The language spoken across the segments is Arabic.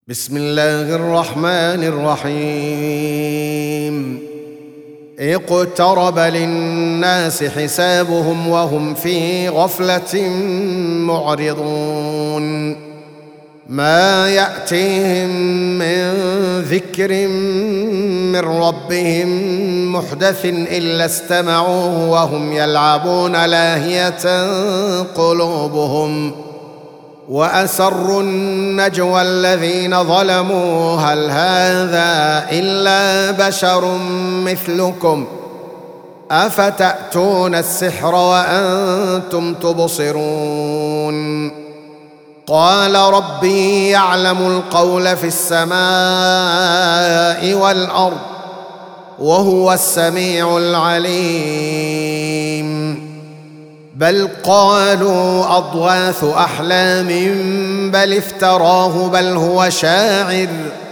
بسم الله الرحمن الرحيم. اقترب للناس حسابهم وهم في غفلة معرضون. ما يأتيهم من ذكر من ربهم محدث إلا استمعوه وهم يلعبون لاهية قلوبهم، وأسروا النجوى الذين ظلموا هل هذا إلا بشر مثلكم أفتأتون السحر وأنتم تبصرون. قال ربي يعلم القول في السماء والأرض وهو السميع العليم. بل قالوا أضغاث أحلام بل افتراه بل هو شاعر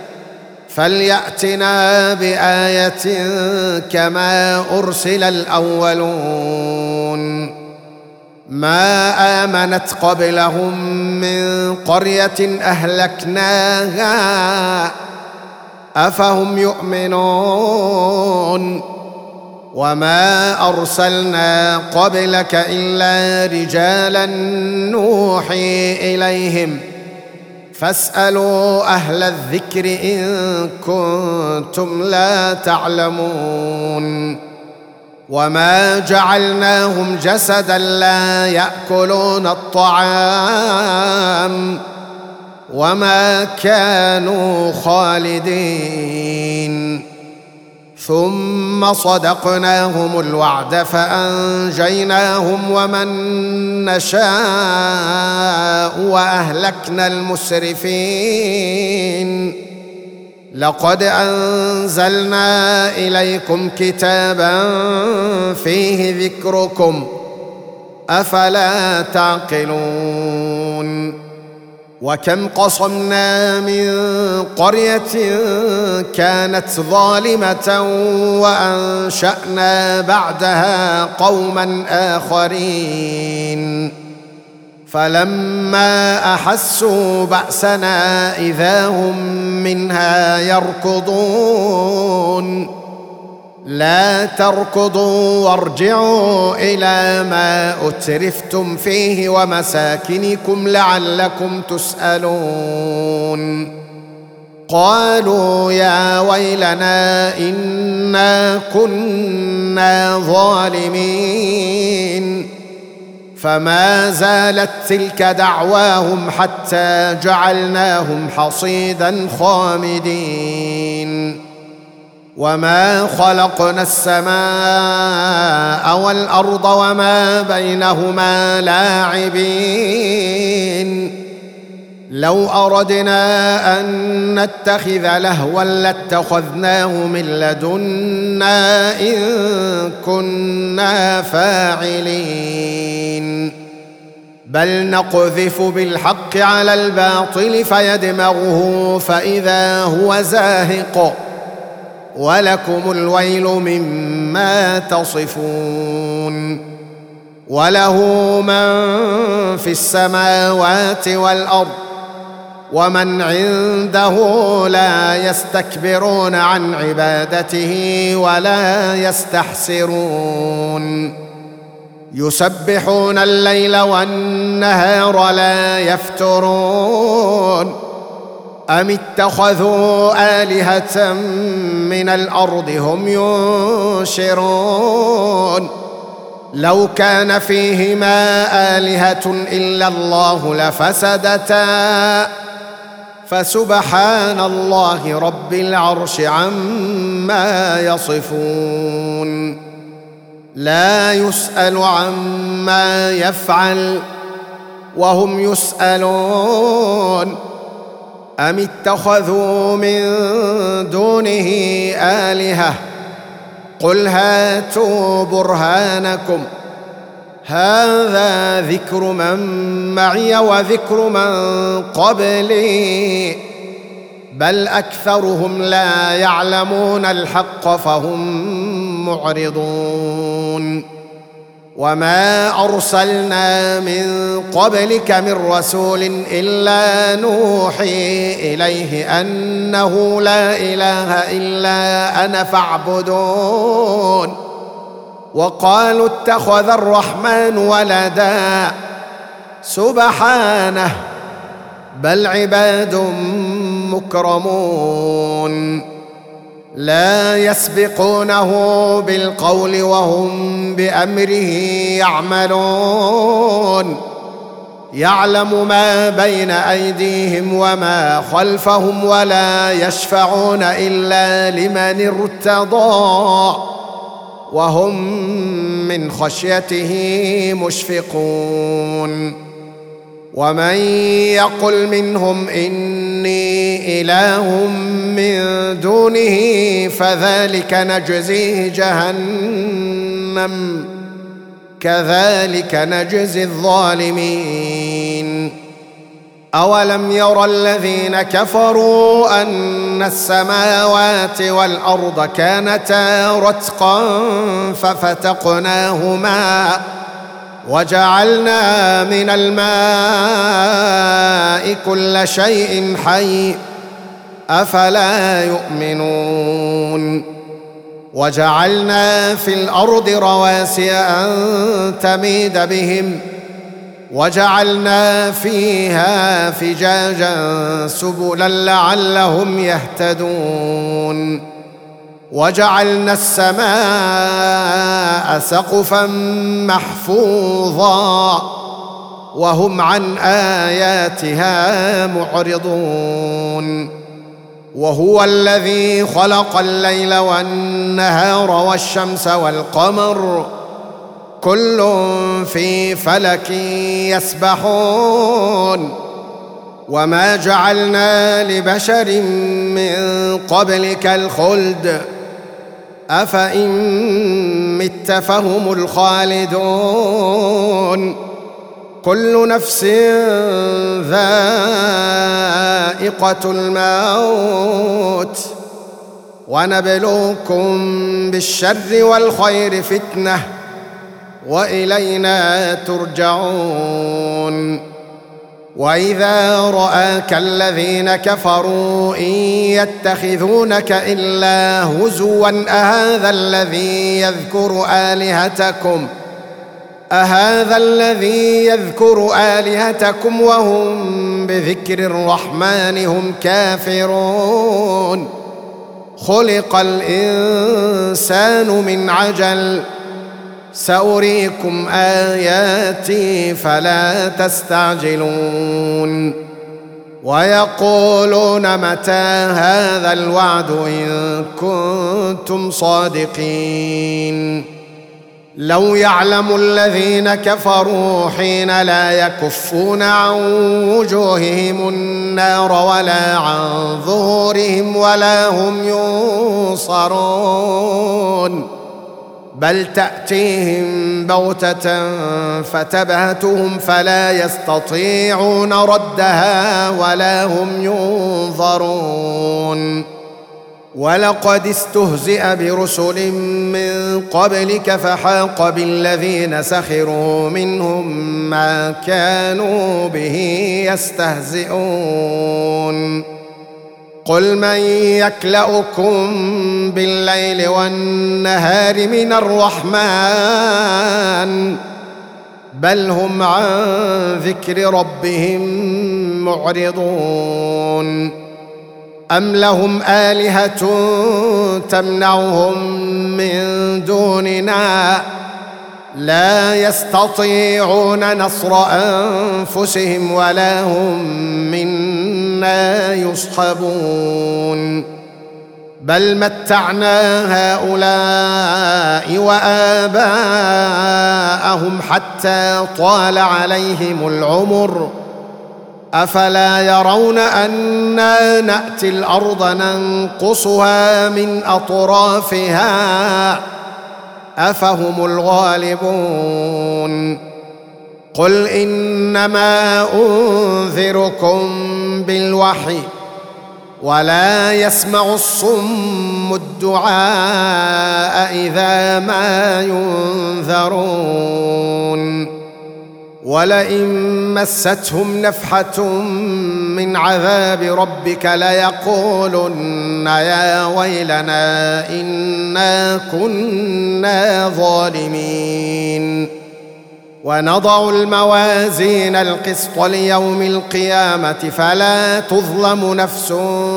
فليأتنا بآية كما أرسل الأولون. ما آمنت قبلهم من قرية أهلكناها أفهم يؤمنون. وما أرسلنا قبلك إلا رجالا نوحي إليهم فاسألوا أهل الذكر إن كنتم لا تعلمون. وما جعلناهم جسدا لا يأكلون الطعام وما كانوا خالدين. ثم صدقناهم الوعد فأنجيناهم ومن نشاء وأهلكنا المسرفين. لقد أنزلنا إليكم كتابا فيه ذكركم أفلا تعقلون. وكم قصمنا من قرية كانت ظالمة وأنشأنا بعدها قوما آخرين فلما أحسوا بأسنا إذا هم منها يركضون. لا تركضوا وارجعوا إلى ما أترفتم فيه ومساكنكم لعلكم تسألون. قالوا يا ويلنا إنا كنا ظالمين. فما زالت تلك دعواهم حتى جعلناهم حصيدا خامدين. وما خلقنا السماء والأرض وما بينهما لاعبين. لو أردنا أن نتخذ لهوا لاتخذناه من لدنا إن كنا فاعلين. بل نقذف بالحق على الباطل فيدمغه فإذا هو زاهق ولكم الويل مما تصفون. وله من في السماوات والأرض ومن عنده لا يستكبرون عن عبادته ولا يستحسرون. يسبحون الليل والنهار لا يفترون. أم اتخذوا آلهة من الأرض هم ينشرون. لو كان فيهما آلهة إلا الله لفسدتا فسبحان الله رب العرش عما يصفون. لا يسأل عما يفعل وهم يسألون. أم اتخذوا من دونه آلهة قل هاتوا برهانكم هذا ذكر من معي وذكر من قبلي بل أكثرهم لا يعلمون الحق فهم معرضون. وما أرسلنا من قبلك من رسول إلا نوحي إليه أنه لا إله إلا أنا فاعبدون وقالوا اتخذ الرحمن ولدا سبحانه بل عباد مكرمون لا يسبقونه بالقول وهم بأمره يعملون يعلم ما بين أيديهم وما خلفهم ولا يشفعون إلا لمن ارتضى وهم من خشيته مشفقون ومن يقل منهم إني إله من دونه فذلك نجزيه جهنم كذلك نجزي الظالمين أولم ير الذين كفروا أن السماوات والأرض كانتا رتقا ففتقناهما وجعلنا من الماء كل شيء حي أفلا يؤمنون وجعلنا في الأرض رواسي أن تميد بهم وجعلنا فيها فجاجا سبلا لعلهم يهتدون وجعلنا السماء سقفا محفوظا وهم عن آياتها معرضون وهو الذي خلق الليل والنهار والشمس والقمر كل في فلك يسبحون وما جعلنا لبشر من قبلك الخلد أفإن مت فهم الخالدون كل نفس ذائقة الموت ونبلوكم بالشر والخير فتنة وإلينا ترجعون وإذا رآك الذين كفروا إن يتخذونك إلا هزوا أهذا الذي يذكر آلهتكم وهم بذكر الرحمن هم كافرون خلق الإنسان من عجل سأريكم آياتي فلا تستعجلون ويقولون متى هذا الوعد إن كنتم صادقين لو يعلم الذين كفروا حين لا يكفون عن وجوههم النار ولا عن ظهورهم ولا هم ينصرون بل تأتيهم بغتة فتبهتهم فلا يستطيعون ردها ولا هم ينظرون ولقد استهزئ برسل من قبلك فحاق بالذين سخروا منهم ما كانوا به يستهزئون قل من يكلؤكم بالليل والنهار من الرحمن بل هم عن ذكر ربهم معرضون أم لهم آلهة تمنعهم من دوننا لا يستطيعون نصر أنفسهم ولا هم منا يصحبون بل متعنا هؤلاء وآباءهم حتى طال عليهم العمر أفلا يرون أنا نأتي الأرض ننقصها من أطرافها أفهم الغالبون قل إنما أنذركم بالوحي ولا يسمع الصم الدعاء إذا ما ينذرون ولئن مستهم نفحة من عذاب ربك ليقولن يا ويلنا إنا كنا ظالمين ونضع الموازين القسط ليوم القيامة فلا تظلم نفس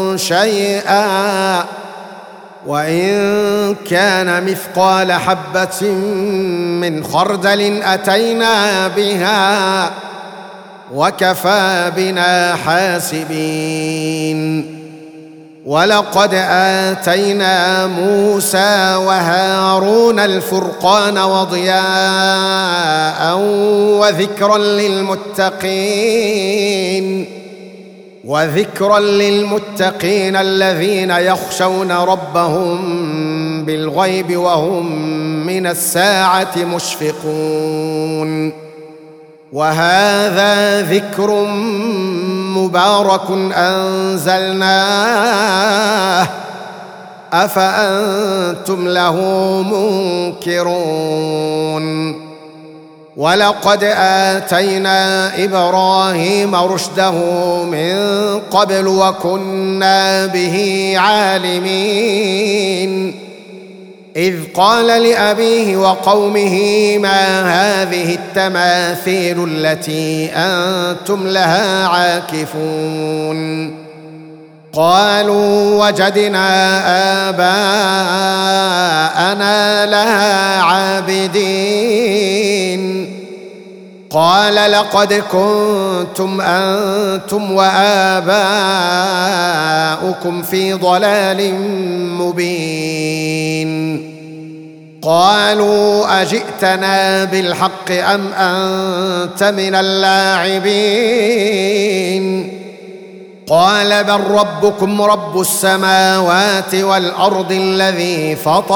شيئا وإن كان مثقال حبة من خردل أتينا بها وكفى بنا حاسبين ولقد آتينا موسى وهارون الفرقان وضياء وذكرا للمتقين الذين يخشون ربهم بالغيب وهم من الساعة مشفقون وهذا ذكر مبارك أنزلناه أفأنتم له منكرون ولقد آتينا إبراهيم رشده من قبل وكنا به عالمين إذ قال لأبيه وقومه ما هذه التماثيل التي أنتم لها عاكفون قالوا وجدنا آباءنا لها عابدين قال لقد كنتم أنتم وآباؤكم في ضلال مبين قالوا أجئتنا بالحق أم أنت من اللاعبين قال بل ربكم رب السماوات والأرض الذي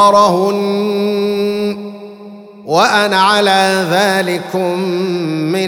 فطرهن وأنا على ذلكم من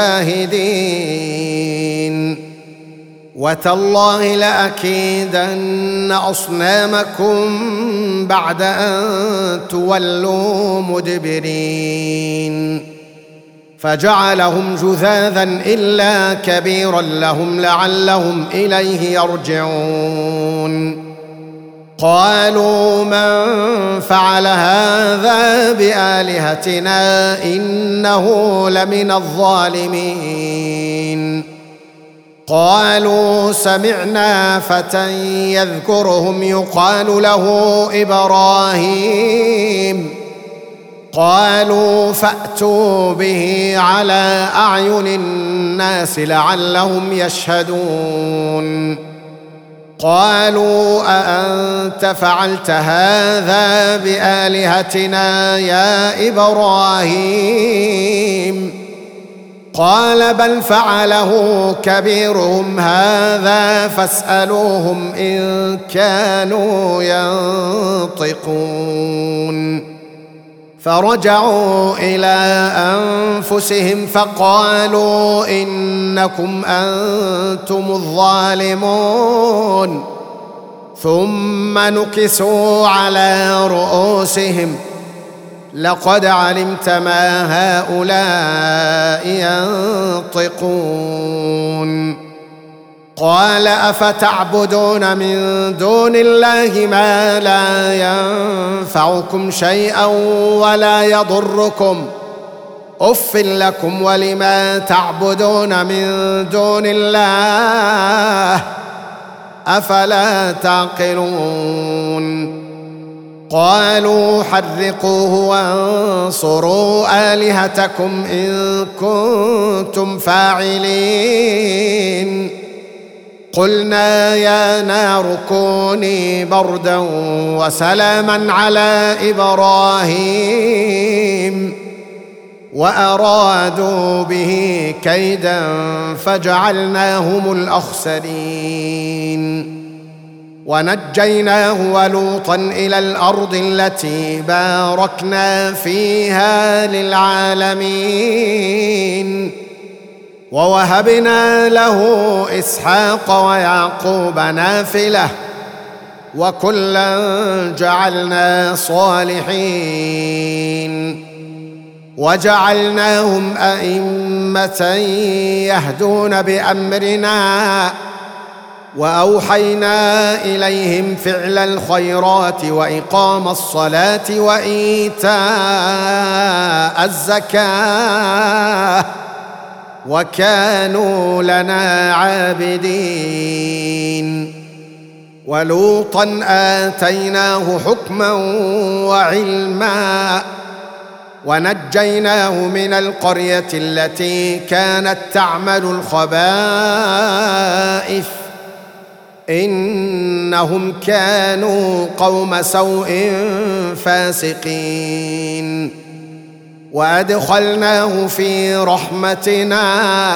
الشاهدين وتالله لأكيدن أصنامكم بعد أن تولوا مدبرين فجعلهم جذاذا إلا كبيرا لهم لعلهم إليه يرجعون قالوا من فعل هذا بآلهتنا إنه لمن الظالمين قالوا سمعنا فتى يذكرهم يقال له إبراهيم قالوا فأتوا به على أعين الناس لعلهم يشهدون قالوا أأنت فعلت هذا بآلهتنا يا إبراهيم قال بل فعله كبيرهم هذا فاسألوهم إن كانوا ينطقون فرجعوا إلى أنفسهم فقالوا إنكم أنتم الظالمون ثم نكسوا على رؤوسهم لقد علمت ما هؤلاء ينطقون قال أفتعبدون من دون الله ما لا ينفعكم شيئا ولا يضركم أف لكم ولما تعبدون من دون الله أفلا تعقلون قالوا حرقوه وانصروا آلهتكم إن كنتم فاعلين قلنا يا نار كوني بردا وسلاما على إبراهيم وأرادوا به كيدا فجعلناهم الأخسرين ونجيناه ولوطا إلى الأرض التي باركنا فيها للعالمين ووهبنا له إسحاق ويعقوب نافلة وكلا جعلنا صالحين وجعلناهم أئمة يهدون بأمرنا وأوحينا إليهم فعل الخيرات وإقام الصلاة وإيتاء الزكاة وكانوا لنا عابدين ولوطا آتيناه حكما وعلما ونجيناه من القرية التي كانت تعمل الخبائث إنهم كانوا قوم سوء فاسقين وأدخلناه في رحمتنا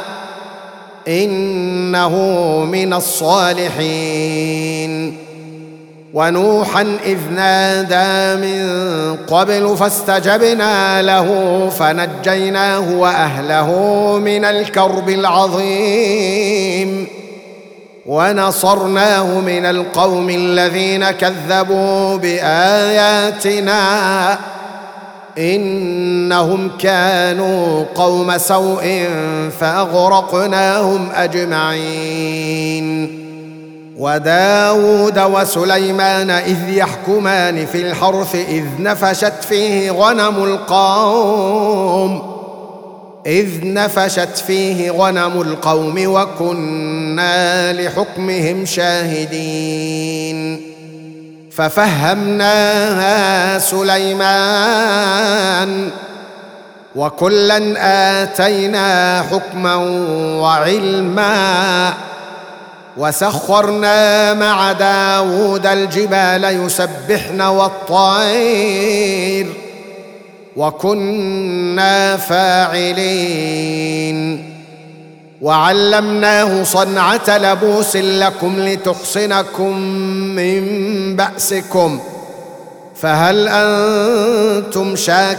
إنه من الصالحين ونوحا إذ نادى من قبل فاستجبنا له فنجيناه وأهله من الكرب العظيم ونصرناه من القوم الذين كذبوا بآياتنا إنهم كانوا قوم سوء فأغرقناهم أجمعين وداود وسليمان إذ يحكمان في الحرث إذ نفشت فيه غنم القوم وكنا لحكمهم شاهدين ففهمناها سليمان وكلا آتينا حكما وعلما وسخرنا مع داود الجبال يسبحن والطير وكنا فاعلين وعلمناه صنعة لبوس لكم لتحصنكم من بأسكم فهل أنتم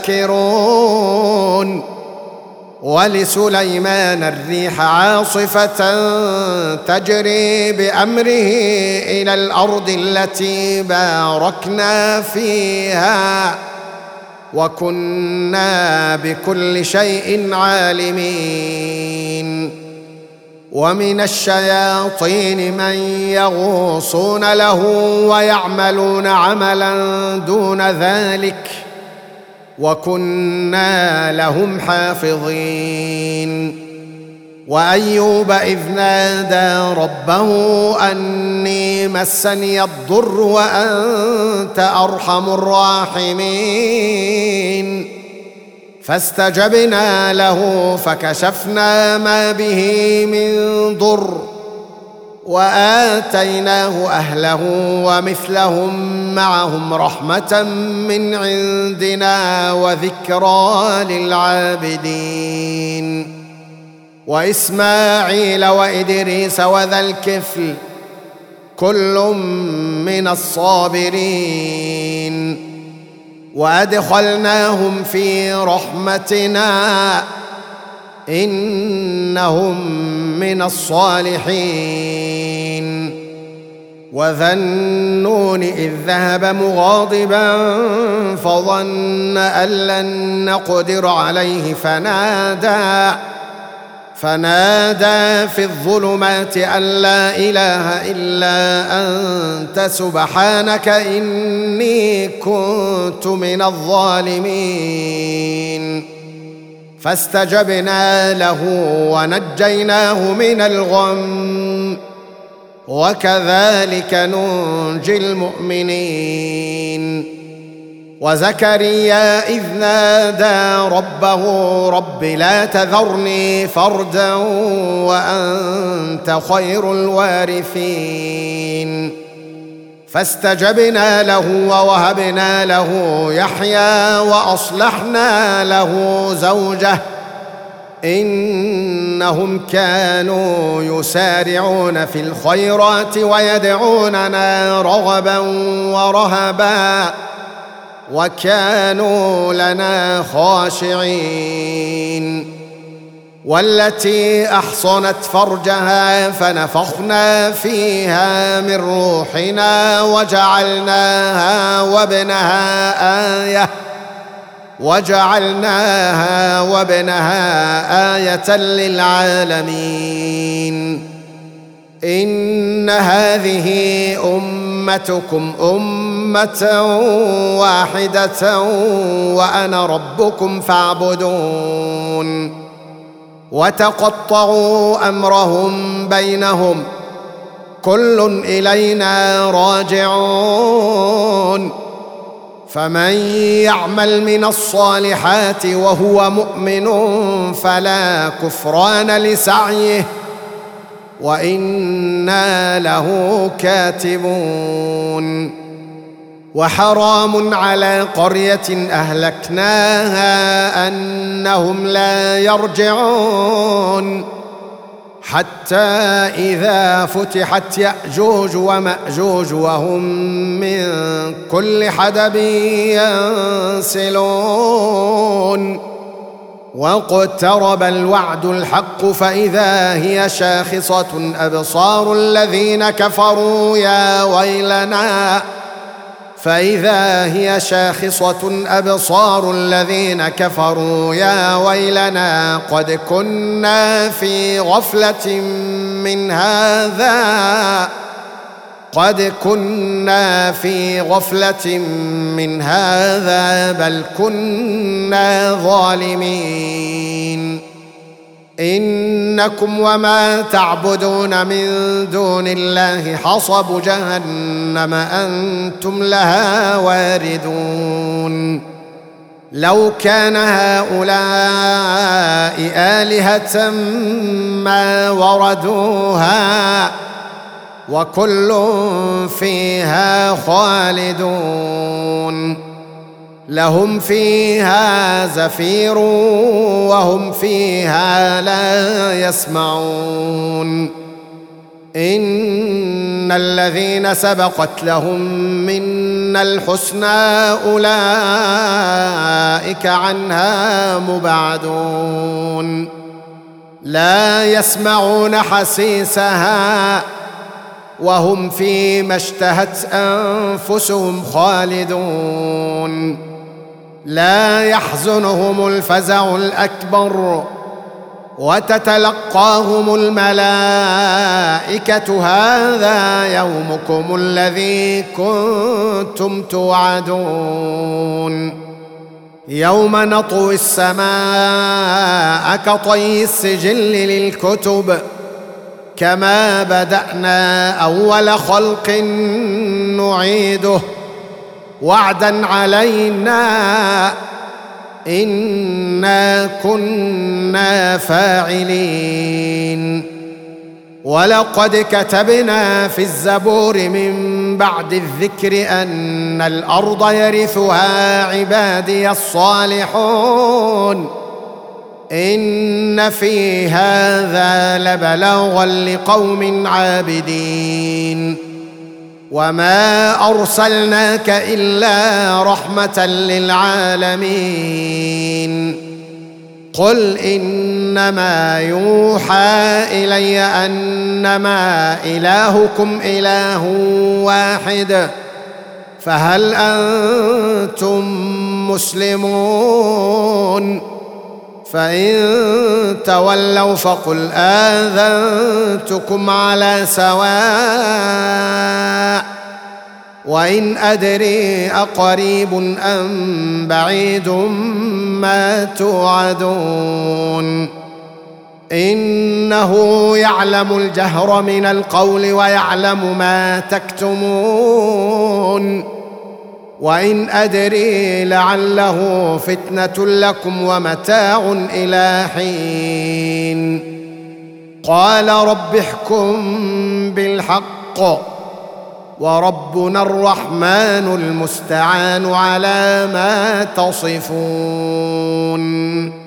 شاكرون ولسليمان الريح عاصفة تجري بأمره إلى الأرض التي باركنا فيها وكنا بكل شيء عالمين ومن الشياطين من يغوصون له ويعملون عملا دون ذلك وكنا لهم حافظين وأيوب إذ نادى ربه أني مسني الضر وأنت أرحم الراحمين فاستجبنا له فكشفنا ما به من ضر وآتيناه أهله ومثلهم معهم رحمة من عندنا وذكرى للعابدين وإسماعيل وإدريس وذا الكفل كل من الصابرين وأدخلناهم في رحمتنا إنهم من الصالحين وذا النون إذ ذهب مغاضبا فظن أن لن نقدر عليه فنادى في الظلمات أن لا إله إلا أنت سبحانك إني كنت من الظالمين فاستجبنا له ونجيناه من الغم وكذلك ننجي المؤمنين وزكريا إذ نادى ربه رب لا تذرني فردا وأنت خير الوارثين فاستجبنا له ووهبنا له يحيى وأصلحنا له زوجه إنهم كانوا يسارعون في الخيرات ويدعوننا رغبا ورهبا وكانوا لنا خاشعين والتي أحصنت فرجها فنفخنا فيها من روحنا وجعلناها وابنها آية للعالمين. إن هذه أمتكم أمة واحدة وأنا ربكم فاعبدون. وتقطعوا أمرهم بينهم كل إلينا راجعون. فمن يعمل من الصالحات وهو مؤمن فلا كفران لسعيه وإنا له كاتبون. وحرام على قرية أهلكناها أنهم لا يرجعون حتى إذا فتحت يأجوج ومأجوج وهم من كل حدب ينسلون. واقترب الوعد الحق فإذا هي شاخصة أبصار الذين كفروا يا ويلنا قد كنا في غفلة من هذا بل كنا ظالمين. إنكم وما تعبدون من دون الله حصب جهنم أنتم لها واردون. لو كان هؤلاء آلهة ما وردوها وكل فيها خالدون. لهم فيها زفير وهم فيها لا يسمعون. إن الذين سبقت لهم منا الحسنى أولئك عنها مبعدون. لا يسمعون حسيسها وهم فيما اشتهت أنفسهم خالدون. لا يحزنهم الفزع الأكبر وتتلقاهم الملائكة هذا يومكم الذي كنتم توعدون. يوم نطوي السماء كطي السجل للكتب كما بدأنا أول خلق نعيده وعدا علينا إنا كنا فاعلين. ولقد كتبنا في الزبور من بعد الذكر أن الأرض يرثها عبادي الصالحون. إن في هذا لبلاغا لقوم عابدين. وما أرسلناك إلا رحمة للعالمين. قل إنما يوحى إلي أنما إلهكم إله واحد فهل أنتم مسلمون؟ فإن تولوا فقل آذنتكم على سواء وإن أدري أقريب أم بعيد ما توعدون. إنه يعلم الجهر من القول ويعلم ما تكتمون. وإن أدري لعله فتنة لكم ومتاع إلى حين. قال رب احكم بالحق وربنا الرحمن المستعان على ما تصفون.